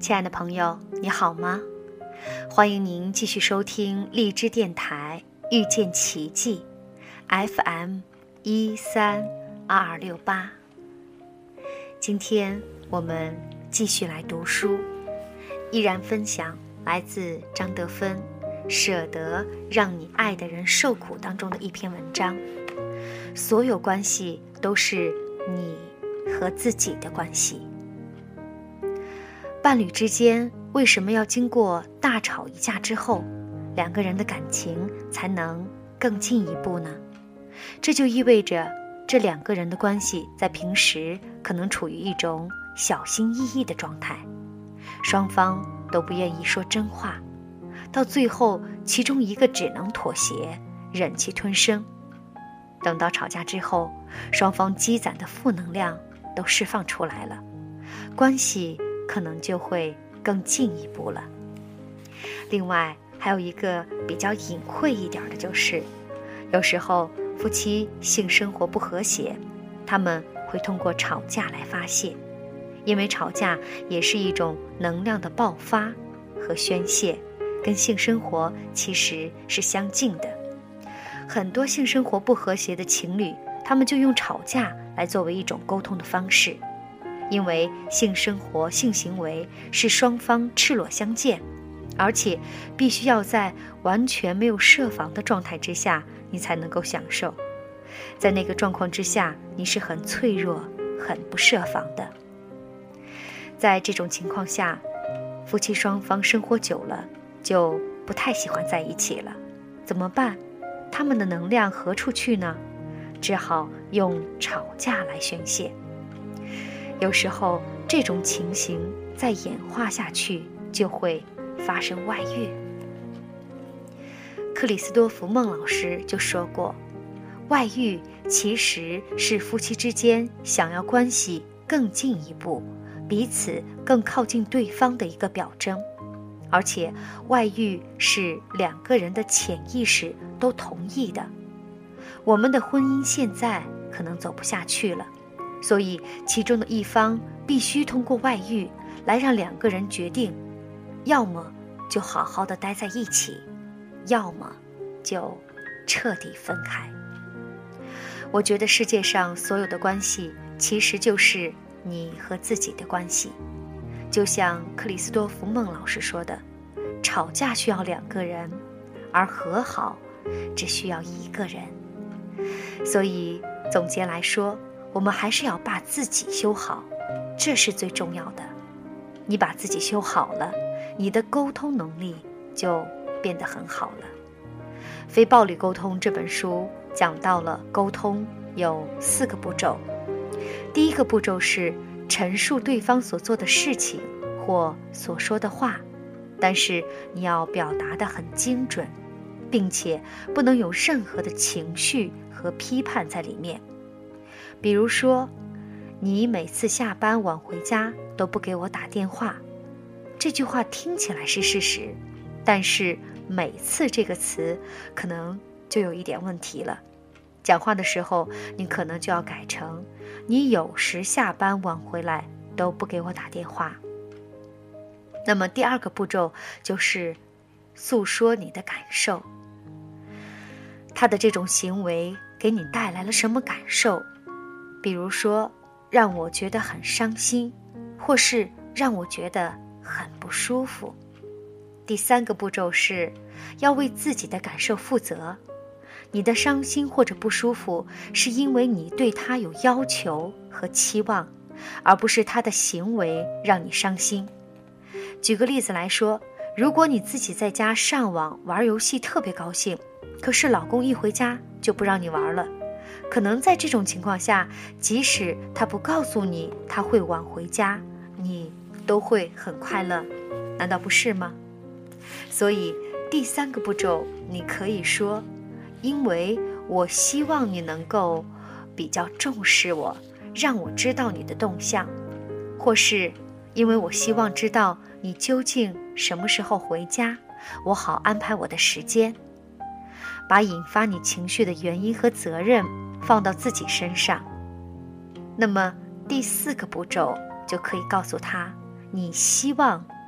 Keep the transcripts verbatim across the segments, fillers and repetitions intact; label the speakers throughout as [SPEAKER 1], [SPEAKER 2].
[SPEAKER 1] 亲爱的朋友，你好吗？欢迎您继续收听荔枝电台遇见奇迹 F M 一三二二六八。今天我们继续来读书，依然分享来自张德芬《舍得让你爱的人受苦》当中的一篇文章。所有关系都是你和自己的关系。伴侣之间为什么要经过大吵一架之后，两个人的感情才能更进一步呢？这就意味着这两个人的关系在平时可能处于一种小心翼翼的状态，双方都不愿意说真话，到最后其中一个只能妥协，忍气吞声。等到吵架之后，双方积攒的负能量都释放出来了，关系可能就会更进一步了。另外还有一个比较隐晦一点的，就是有时候夫妻性生活不和谐，他们会通过吵架来发泄，因为吵架也是一种能量的爆发和宣泄，跟性生活其实是相近的。很多性生活不和谐的情侣，他们就用吵架来作为一种沟通的方式，因为性生活、性行为是双方赤裸相见，而且必须要在完全没有设防的状态之下，你才能够享受。在那个状况之下，你是很脆弱、很不设防的。在这种情况下，夫妻双方生活久了，就不太喜欢在一起了。怎么办？他们的能量何处去呢？只好用吵架来宣泄。有时候这种情形再演化下去，就会发生外遇。克里斯多福·孟老师就说过，外遇其实是夫妻之间想要关系更进一步，彼此更靠近对方的一个表征，而且外遇是两个人的潜意识都同意的。我们的婚姻现在可能走不下去了，所以其中的一方必须通过外遇来让两个人决定，要么就好好的待在一起，要么就彻底分开。我觉得世界上所有的关系其实就是你和自己的关系。就像克里斯多福·孟老师说的，吵架需要两个人，而和好只需要一个人。所以总结来说，我们还是要把自己修好，这是最重要的。你把自己修好了，你的沟通能力就变得很好了。《非暴力沟通》这本书讲到了沟通有四个步骤。第一个步骤是陈述对方所做的事情或所说的话，但是你要表达得很精准，并且不能有任何的情绪和批判在里面。比如说，你每次下班晚回家都不给我打电话，这句话听起来是事实，但是每次这个词可能就有一点问题了。讲话的时候你可能就要改成，你有时下班晚回来都不给我打电话。那么第二个步骤就是诉说你的感受，他的这种行为给你带来了什么感受？比如说，让我觉得很伤心，或是让我觉得很不舒服。第三个步骤是要为自己的感受负责，你的伤心或者不舒服是因为你对他有要求和期望，而不是他的行为让你伤心。举个例子来说，如果你自己在家上网玩游戏特别高兴，可是老公一回家就不让你玩了，可能在这种情况下，即使他不告诉你他会晚回家，你都会很快乐，难道不是吗？所以第三个步骤你可以说，因为我希望你能够比较重视我，让我知道你的动向，或是因为我希望知道你究竟什么时候回家，我好安排我的时间。把引发你情绪的原因和责任放到自己身上。那么第四个步骤就可以告诉他，你希望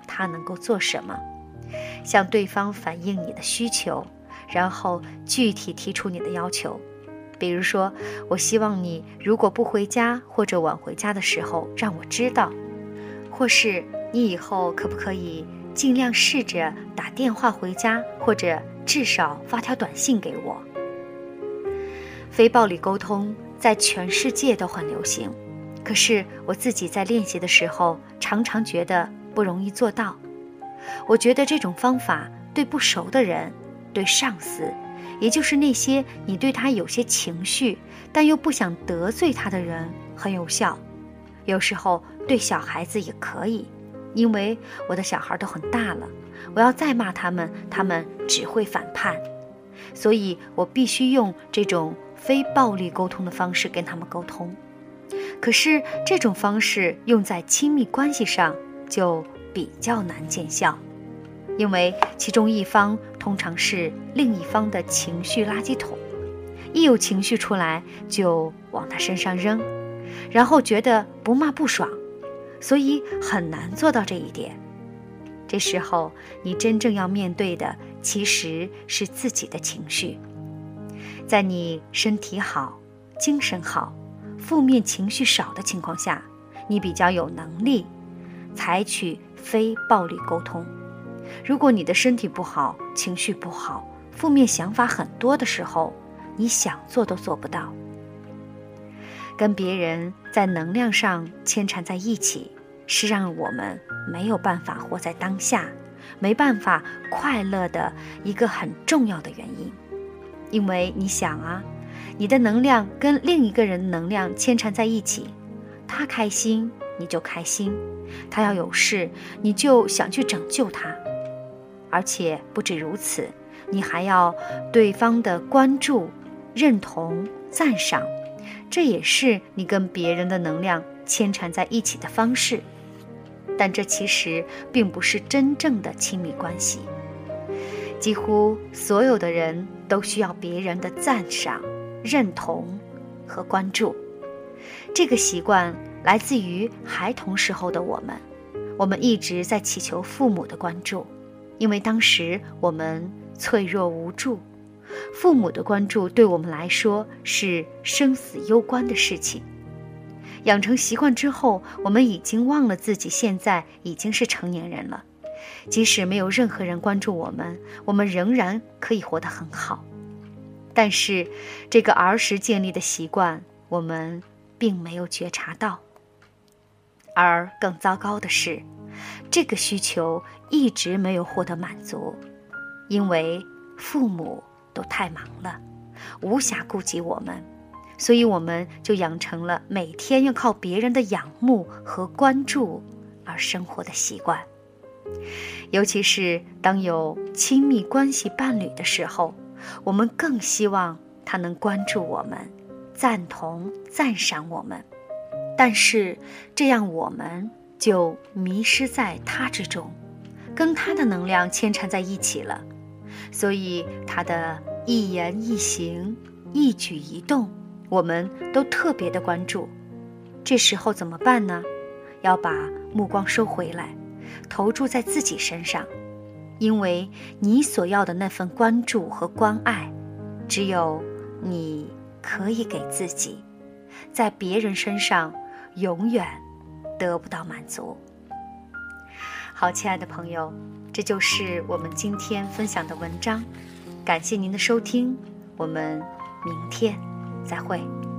[SPEAKER 1] 他能够做什么，向对方反映你的需求，然后具体提出你的要求。比如说，我希望你如果不回家或者晚回家的时候让我知道，或是你以后可不可以尽量试着打电话回家，或者至少发条短信给我。非暴力沟通在全世界都很流行，可是我自己在练习的时候常常觉得不容易做到。我觉得这种方法对不熟的人，对上司，也就是那些你对他有些情绪但又不想得罪他的人很有效。有时候对小孩子也可以，因为我的小孩都很大了，我要再骂他们，他们只会反叛，所以我必须用这种非暴力沟通的方式跟他们沟通。可是这种方式用在亲密关系上就比较难见效，因为其中一方通常是另一方的情绪垃圾桶，一有情绪出来就往他身上扔，然后觉得不骂不爽，所以很难做到这一点。这时候你真正要面对的其实是自己的情绪。在你身体好、精神好、负面情绪少的情况下，你比较有能力采取非暴力沟通。如果你的身体不好、情绪不好、负面想法很多的时候，你想做都做不到。跟别人在能量上牵缠在一起，是让我们没有办法活在当下，没办法快乐的一个很重要的原因。因为你想啊，你的能量跟另一个人的能量牵缠在一起，他开心你就开心，他要有事你就想去拯救他。而且不止如此，你还要对方的关注、认同、赞赏，这也是你跟别人的能量牵缠在一起的方式。但这其实并不是真正的亲密关系。几乎所有的人都需要别人的赞赏、认同和关注。这个习惯来自于孩童时候的我们，我们一直在祈求父母的关注，因为当时我们脆弱无助，父母的关注对我们来说是生死攸关的事情。养成习惯之后，我们已经忘了自己现在已经是成年人了，即使没有任何人关注我们，我们仍然可以活得很好。但是这个儿时建立的习惯，我们并没有觉察到。而更糟糕的是，这个需求一直没有获得满足，因为父母都太忙了，无暇顾及我们，所以我们就养成了每天要靠别人的仰慕和关注而生活的习惯。尤其是当有亲密关系伴侣的时候，我们更希望他能关注我们、赞同、赞赏我们，但是这样我们就迷失在他之中，跟他的能量牵缠在一起了，所以他的一言一行、一举一动，我们都特别的关注。这时候怎么办呢？要把目光收回来，投注在自己身上，因为你所要的那份关注和关爱，只有你可以给自己，在别人身上永远得不到满足。好，亲爱的朋友，这就是我们今天分享的文章，感谢您的收听，我们明天再会。